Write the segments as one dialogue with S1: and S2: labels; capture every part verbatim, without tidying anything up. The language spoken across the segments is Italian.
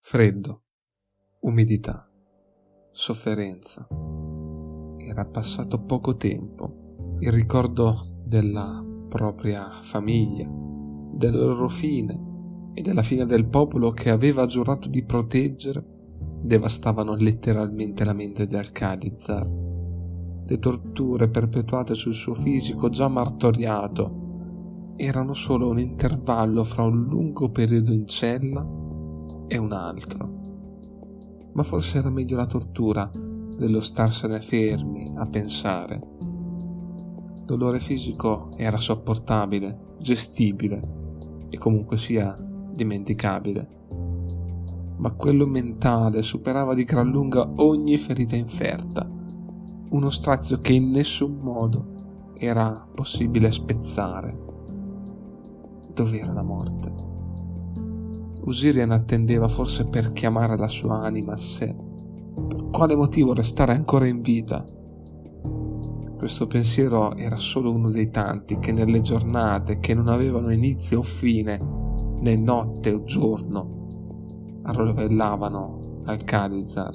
S1: Freddo, umidità, sofferenza. Era passato poco tempo. Il ricordo della propria famiglia, della loro fine e della fine del popolo che aveva giurato di proteggere devastavano letteralmente la mente di Alcalizar. Le torture perpetuate sul suo fisico già martoriato erano solo un intervallo fra un lungo periodo in cella e un altro. Ma forse era meglio la tortura dello starsene fermi a pensare. Il dolore fisico era sopportabile, gestibile e comunque sia dimenticabile, ma quello mentale superava di gran lunga ogni ferita inferta, uno strazio che in nessun modo era possibile spezzare. Dov'era la morte? Usirian attendeva forse per chiamare la sua anima a sé. Per quale motivo restare ancora in vita? Questo pensiero era solo uno dei tanti che nelle giornate che non avevano inizio o fine, né notte o giorno, arrovellavano Alcalizar.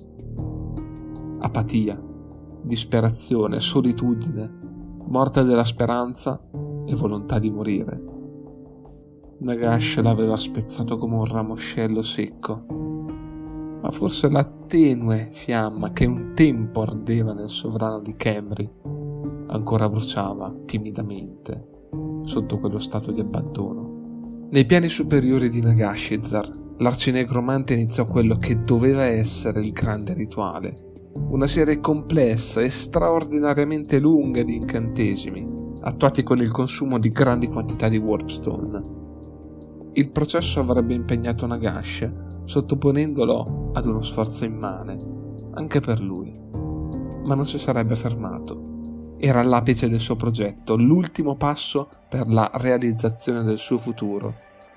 S1: Apatia, disperazione, solitudine, morte della speranza e volontà di morire. Nagash l'aveva spezzato come un ramoscello secco, ma forse la tenue fiamma che un tempo ardeva nel sovrano di Khemri ancora bruciava timidamente sotto quello stato di abbandono. Nei piani superiori di Nagashizar, l'arcinegromante iniziò quello che doveva essere il grande rituale, una serie complessa e straordinariamente lunga di incantesimi, attuati con il consumo di grandi quantità di warpstone. Il processo avrebbe impegnato Nagash, sottoponendolo ad uno sforzo immane, anche per lui. Ma non si sarebbe fermato. Era all'apice del suo progetto, l'ultimo passo per la realizzazione del suo futuro.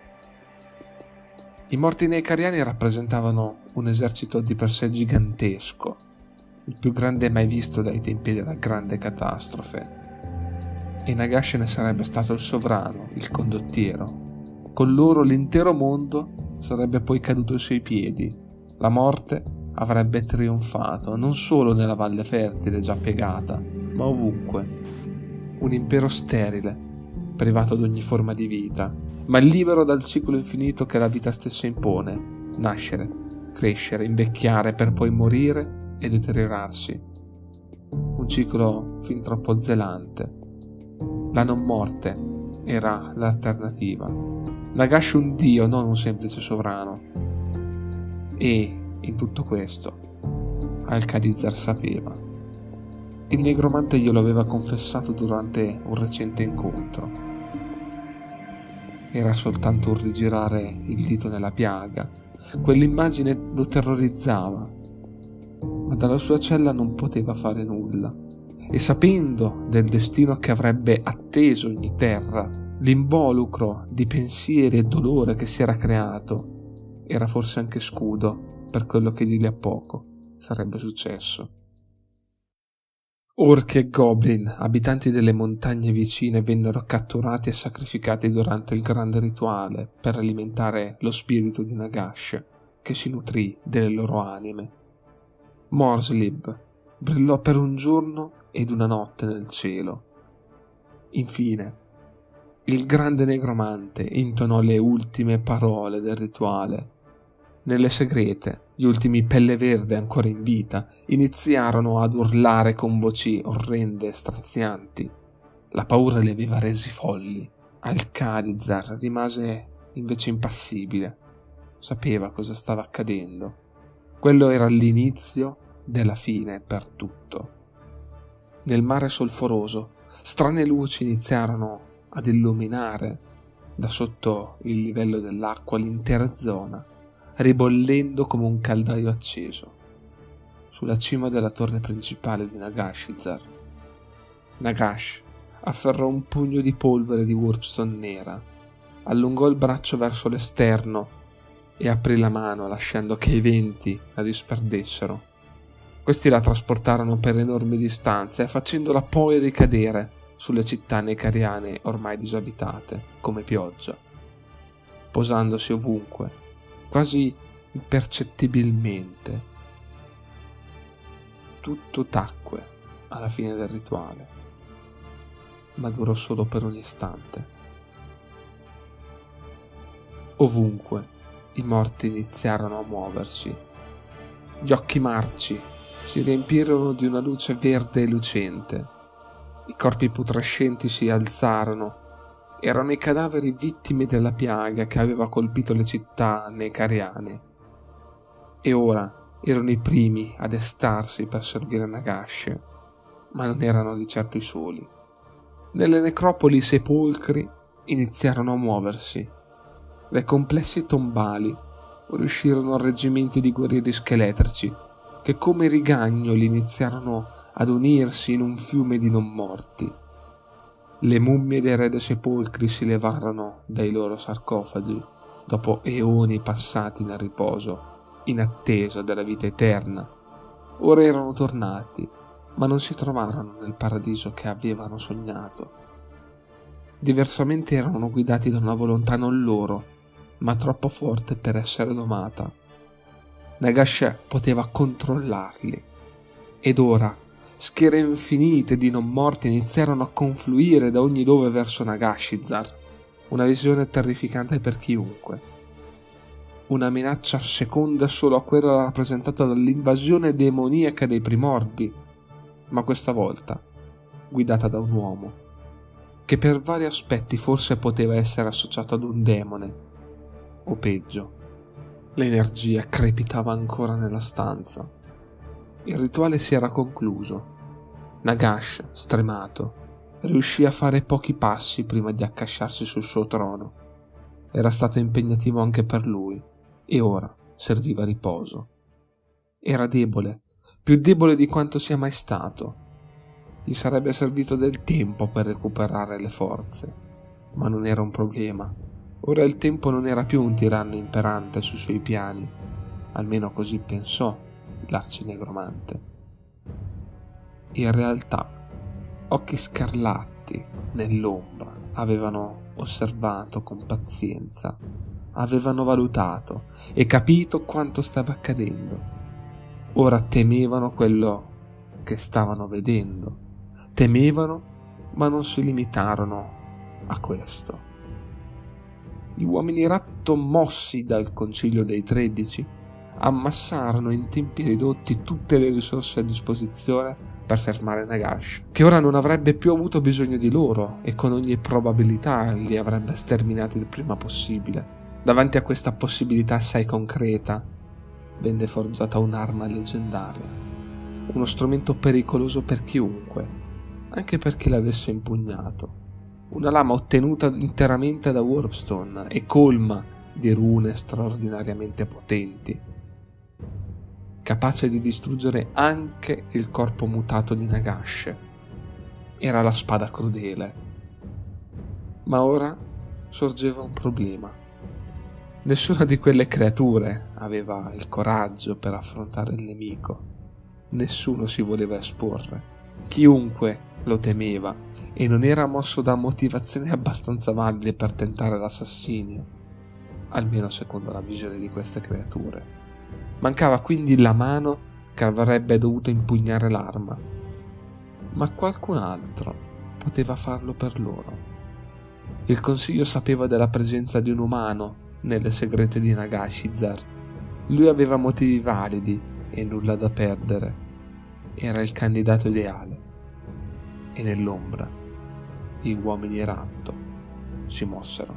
S1: I morti neicariani rappresentavano un esercito di per sé gigantesco, il più grande mai visto dai tempi della grande catastrofe. E Nagash ne sarebbe stato il sovrano, il condottiero. Con loro l'intero mondo sarebbe poi caduto ai suoi piedi. La morte avrebbe trionfato non solo nella valle fertile già piegata, ma ovunque. Un impero sterile, privato di ogni forma di vita, ma libero dal ciclo infinito che la vita stessa impone: nascere, crescere, invecchiare per poi morire e deteriorarsi. Un ciclo fin troppo zelante. La non morte era l'alternativa. Nagash un dio, non un semplice sovrano. E, in tutto questo, Alcalizar sapeva. Il negromante glielo aveva confessato durante un recente incontro. Era soltanto un rigirare il dito nella piaga. Quell'immagine lo terrorizzava, ma dalla sua cella non poteva fare nulla. E sapendo del destino che avrebbe atteso ogni terra, l'involucro di pensieri e dolore che si era creato era forse anche scudo per quello che di lì a poco sarebbe successo. Orchi e goblin, abitanti delle montagne vicine, vennero catturati e sacrificati durante il grande rituale per alimentare lo spirito di Nagash, che si nutrì delle loro anime. Morslib brillò per un giorno ed una notte nel cielo. Infine, il grande negromante intonò le ultime parole del rituale. Nelle segrete, gli ultimi pelle verde ancora in vita iniziarono ad urlare con voci orrende e strazianti. La paura li aveva resi folli. Alcalizar rimase invece impassibile. Sapeva cosa stava accadendo. Quello era l'inizio della fine per tutto. Nel mare solforoso, strane luci iniziarono ad illuminare da sotto il livello dell'acqua l'intera zona, ribollendo come un caldaio acceso, sulla cima della torre principale di Nagashizar. Nagash afferrò un pugno di polvere di warpstone nera, allungò il braccio verso l'esterno e aprì la mano lasciando che i venti la disperdessero. Questi la trasportarono per enormi distanze, facendola poi ricadere sulle città neicariane ormai disabitate come pioggia, posandosi ovunque, quasi impercettibilmente. Tutto tacque alla fine del rituale, ma durò solo per un istante. Ovunque i morti iniziarono a muoversi. Gli occhi marci si riempirono di una luce verde e lucente. I corpi putrescenti si alzarono. Erano i cadaveri vittime della piaga che aveva colpito le città necariane. E ora erano i primi a destarsi per servire Nagash, ma non erano di certo i soli. Nelle necropoli i sepolcri iniziarono a muoversi. Dai complessi tombali uscirono reggimenti di guerrieri scheletrici che come rigagnoli iniziarono ad unirsi in un fiume di non morti. Le mummie dei re dei sepolcri si levarono dai loro sarcofagi dopo eoni passati nel riposo, in attesa della vita eterna. Ora erano tornati, ma non si trovarono nel paradiso che avevano sognato. Diversamente erano guidati da una volontà non loro, ma troppo forte per essere domata. Nagash poteva controllarli, ed ora schiere infinite di non morti iniziarono a confluire da ogni dove verso Nagashizar, una visione terrificante per chiunque. Una minaccia seconda solo a quella rappresentata dall'invasione demoniaca dei primordi, ma questa volta guidata da un uomo, che per vari aspetti forse poteva essere associato ad un demone, o peggio. L'energia crepitava ancora nella stanza. Il rituale si era concluso. Nagash, stremato, riuscì a fare pochi passi prima di accasciarsi sul suo trono. Era stato impegnativo anche per lui, e ora serviva riposo. Era debole, più debole di quanto sia mai stato. Gli sarebbe servito del tempo per recuperare le forze, ma non era un problema. Ora il tempo non era più un tiranno imperante sui suoi piani, almeno così pensò l'arcinegromante. In realtà, occhi scarlatti nell'ombra avevano osservato con pazienza, avevano valutato e capito quanto stava accadendo. Ora temevano quello che stavano vedendo, temevano, ma non si limitarono a questo. Gli uomini ratto, mossi dal concilio dei tredici, ammassarono in tempi ridotti tutte le risorse a disposizione per fermare Nagash, che ora non avrebbe più avuto bisogno di loro e con ogni probabilità li avrebbe sterminati il prima possibile. Davanti a questa possibilità assai concreta, venne forgiata un'arma leggendaria, uno strumento pericoloso per chiunque, anche per chi l'avesse impugnato. Una lama ottenuta interamente da Warpstone e colma di rune straordinariamente potenti, capace di distruggere anche il corpo mutato di Nagash. Era la spada crudele. Ma ora sorgeva un problema. Nessuna di quelle creature aveva il coraggio per affrontare il nemico. Nessuno si voleva esporre. Chiunque lo temeva e non era mosso da motivazioni abbastanza valide per tentare l'assassinio, almeno secondo la visione di queste creature. Mancava quindi la mano che avrebbe dovuto impugnare l'arma, ma qualcun altro poteva farlo per loro. Il consiglio sapeva della presenza di un umano nelle segrete di Nagashizar. Lui aveva motivi validi e nulla da perdere. Era il candidato ideale. E nell'ombra gli uomini ratto si mossero.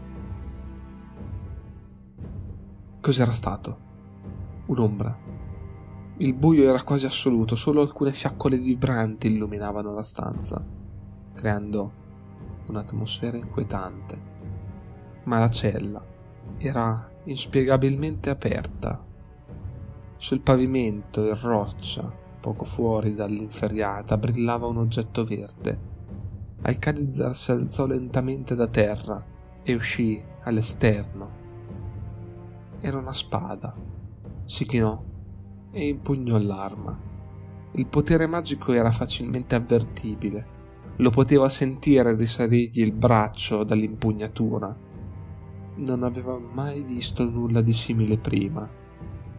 S1: Cos'era stato? Un'ombra. Il buio era quasi assoluto, solo alcune fiaccole vibranti illuminavano la stanza, creando un'atmosfera inquietante. Ma la cella era inspiegabilmente aperta. Sul pavimento, in roccia, poco fuori dall'inferriata, brillava un oggetto verde. Alcalizar si alzò lentamente da terra e uscì all'esterno. Era una spada. Si chinò e impugnò l'arma. Il potere magico era facilmente avvertibile. Lo poteva sentire risalirgli il braccio dall'impugnatura. Non aveva mai visto nulla di simile prima.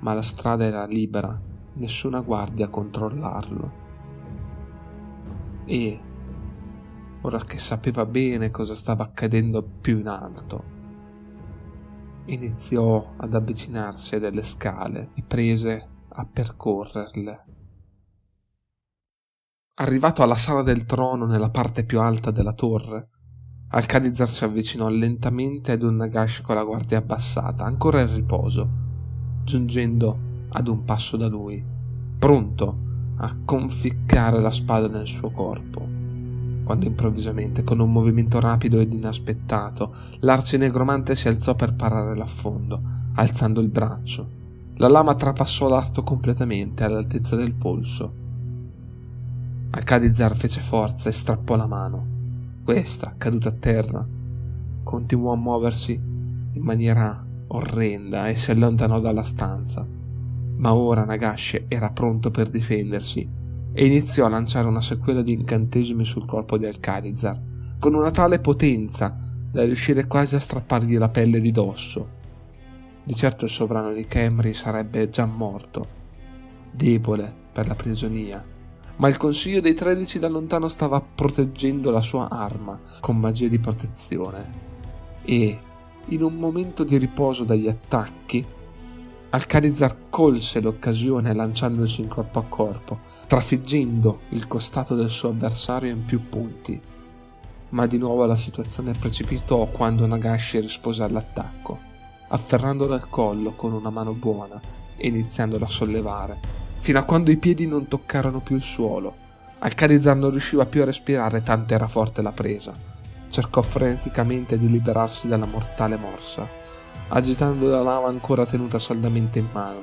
S1: ma la strada era libera, nessuna guardia a controllarlo. E, ora che sapeva bene cosa stava accadendo più in alto, iniziò ad avvicinarsi a delle scale e prese a percorrerle. Arrivato alla sala del trono nella parte più alta della torre, Alcadizar si avvicinò lentamente ad un Nagash con la guardia abbassata, ancora in riposo, giungendo ad un passo da lui, pronto a conficcare la spada nel suo corpo, quando improvvisamente, con un movimento rapido ed inaspettato, l'arcinegromante si alzò per parare l'affondo, alzando il braccio. La lama trapassò l'arto completamente all'altezza del polso. Alcadizar fece forza e strappò la mano. Questa, caduta a terra, continuò a muoversi in maniera orrenda e si allontanò dalla stanza. Ma ora Nagash era pronto per difendersi e iniziò a lanciare una sequela di incantesimi sul corpo di Alcadizar, con una tale potenza da riuscire quasi a strappargli la pelle di dosso. Di certo il sovrano di Khemri sarebbe già morto, debole per la prigionia, ma il Consiglio dei Tredici da lontano stava proteggendo la sua arma con magia di protezione e, in un momento di riposo dagli attacchi, Alcadizar colse l'occasione lanciandosi in corpo a corpo, trafiggendo il costato del suo avversario in più punti. Ma di nuovo la situazione precipitò quando Nagash rispose all'attacco, afferrandolo al collo con una mano buona e iniziandolo a sollevare, fino a quando i piedi non toccarono più il suolo. Alcadizar non riusciva più a respirare, tanto era forte la presa. Cercò freneticamente di liberarsi dalla mortale morsa, agitando la lama ancora tenuta saldamente in mano.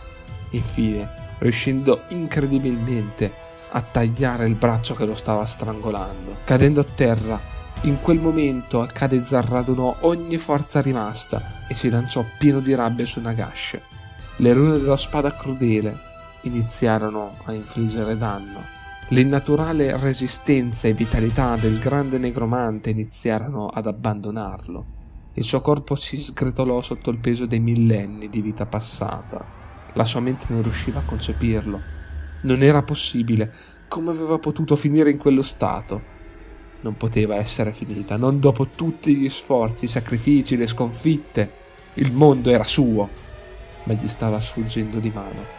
S1: Infine, riuscendo incredibilmente a tagliare il braccio che lo stava strangolando. Cadendo a terra, in quel momento Alcadizar radunò ogni forza rimasta e si lanciò pieno di rabbia su Nagash. Le rune della spada crudele iniziarono a infliggere danno. L'innaturale resistenza e vitalità del grande negromante iniziarono ad abbandonarlo. Il suo corpo si sgretolò sotto il peso dei millenni di vita passata. La sua mente non riusciva a concepirlo. Non era possibile. Come aveva potuto finire in quello stato? Non poteva essere finita, non dopo tutti gli sforzi, i sacrifici, le sconfitte. Il mondo era suo, ma gli stava sfuggendo di mano.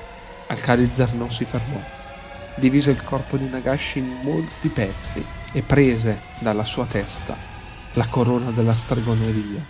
S1: Alcadizar non si fermò. Divise il corpo di Nagash in molti pezzi e prese dalla sua testa la corona della stregoneria,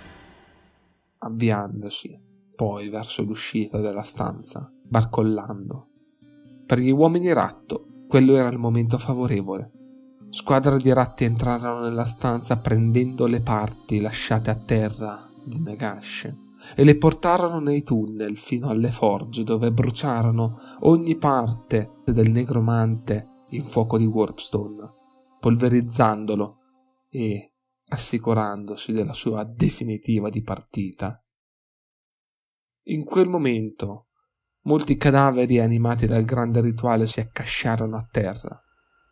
S1: avviandosi poi verso l'uscita della stanza, barcollando. Per gli uomini ratto quello era il momento favorevole. Squadre di ratti entrarono nella stanza prendendo le parti lasciate a terra di Nagash e le portarono nei tunnel fino alle forge, dove bruciarono ogni parte del negromante in fuoco di Warpstone, polverizzandolo e assicurandosi della sua definitiva dipartita. In quel momento molti cadaveri animati dal grande rituale si accasciarono a terra,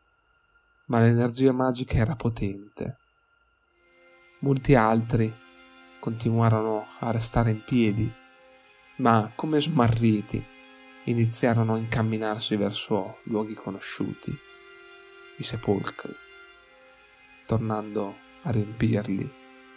S1: ma l'energia magica era potente. Molti altri continuarono a restare in piedi, ma come smarriti iniziarono a incamminarsi verso luoghi conosciuti, i sepolcri, tornando a riempirli.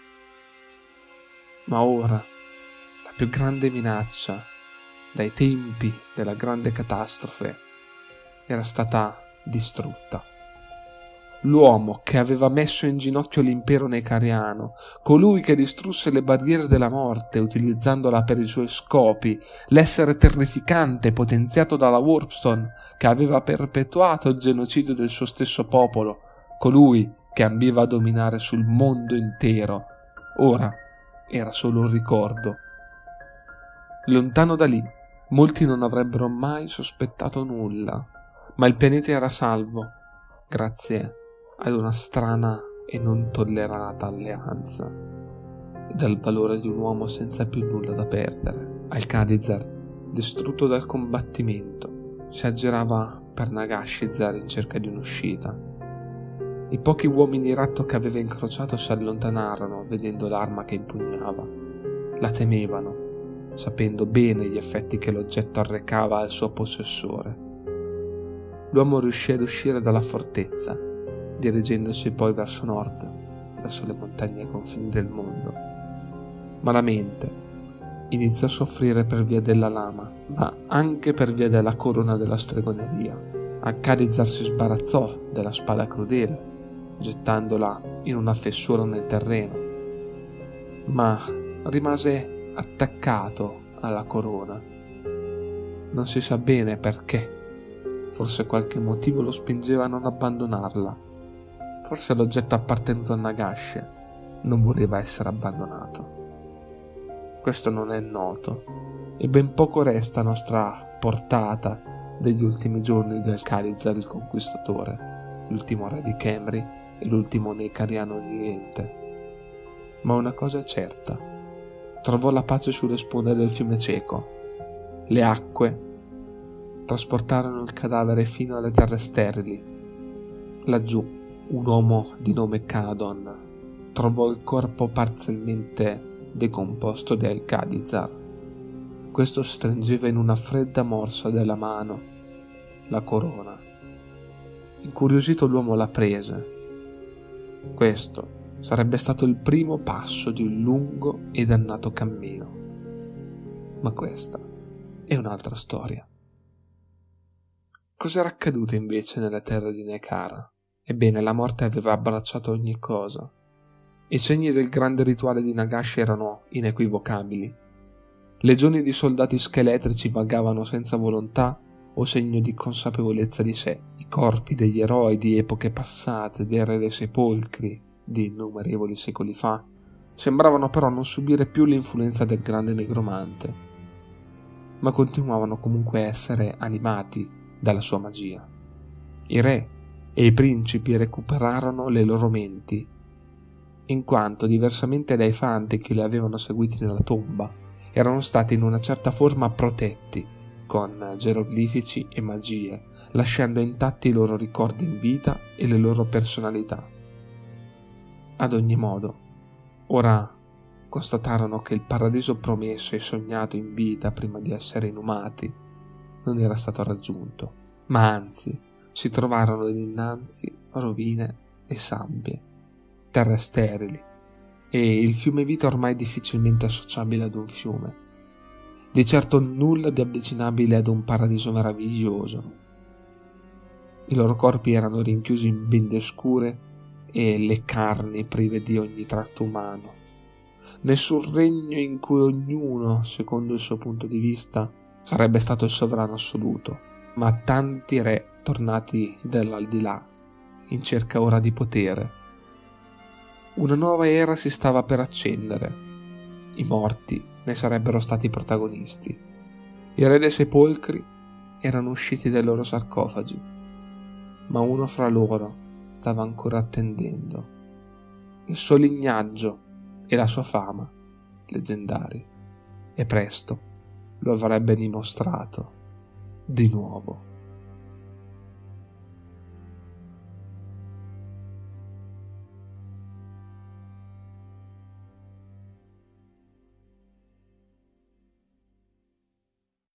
S1: Ma ora la più grande minaccia dai tempi della grande catastrofe era stata distrutta. L'uomo che aveva messo in ginocchio l'impero necariano, colui che distrusse le barriere della morte utilizzandola per i suoi scopi, l'essere terrificante potenziato dalla Warpstone che aveva perpetuato il genocidio del suo stesso popolo, colui che ambiva a dominare sul mondo intero, ora era solo un ricordo. Lontano da lì, molti non avrebbero mai sospettato nulla, ma il pianeta era salvo, grazie ad una strana e non tollerata alleanza e dal valore di un uomo senza più nulla da perdere. Alcadizar, distrutto dal combattimento, si aggirava per Nagashizar in cerca di un'uscita. I pochi uomini ratto che aveva incrociato si allontanarono vedendo l'arma che impugnava. La temevano sapendo bene gli effetti che l'oggetto arrecava al suo possessore. L'uomo riuscì ad uscire dalla fortezza, dirigendosi poi verso nord, verso le montagne ai confini del mondo. Ma la mente iniziò a soffrire per via della lama, ma anche per via della corona della stregoneria. Khadizar si sbarazzò della spada crudele, gettandola in una fessura nel terreno, ma rimase attaccato alla corona. Non si sa bene perché, forse qualche motivo lo spingeva a non abbandonarla, forse l'oggetto appartenuto a Nagash non voleva essere abbandonato. Questo non è noto e ben poco resta a nostra portata degli ultimi giorni del Khadizar il Conquistatore, l'ultimo re di Khemri e l'ultimo Neicariano vivente. Ma una cosa è certa: trovò la pace sulle sponde del fiume cieco. Le acque trasportarono il cadavere fino alle terre sterili. Laggiù un uomo di nome Kadon trovò il corpo parzialmente decomposto di Al-Khadizar. Questo stringeva in una fredda morsa della mano la corona. Incuriosito l'uomo la prese. Questo sarebbe stato il primo passo di un lungo e dannato cammino. Ma questa è un'altra storia. Cos'era accaduto invece nelle terre di Necara? Ebbene, la morte aveva abbracciato ogni cosa. I segni del grande rituale di Nagash erano inequivocabili. Legioni di soldati scheletrici vagavano senza volontà o segno di consapevolezza di sé. I corpi degli eroi di epoche passate, dei re dei sepolcri di innumerevoli secoli fa, sembravano però non subire più l'influenza del grande negromante, ma continuavano comunque a essere animati dalla sua magia. I re e i principi recuperarono le loro menti, in quanto, diversamente dai fanti che li avevano seguiti nella tomba, erano stati in una certa forma protetti con geroglifici e magie, lasciando intatti i loro ricordi in vita e le loro personalità. Ad ogni modo, ora constatarono che il paradiso promesso e sognato in vita prima di essere inumati non era stato raggiunto, ma anzi si trovarono dinanzi rovine e sabbie, terre sterili e il fiume vita ormai difficilmente associabile ad un fiume. Di certo nulla di avvicinabile ad un paradiso meraviglioso. I loro corpi erano rinchiusi in bende scure e le carni prive di ogni tratto umano. Nessun regno in cui ognuno, secondo il suo punto di vista, sarebbe stato il sovrano assoluto, ma tanti re tornati dall'aldilà, in cerca ora di potere. Una nuova era si stava per accendere. I morti ne sarebbero stati protagonisti. I re dei sepolcri erano usciti dai loro sarcofagi, ma uno fra loro stava ancora attendendo. Il suo lignaggio e la sua fama leggendari, e presto lo avrebbe dimostrato di nuovo.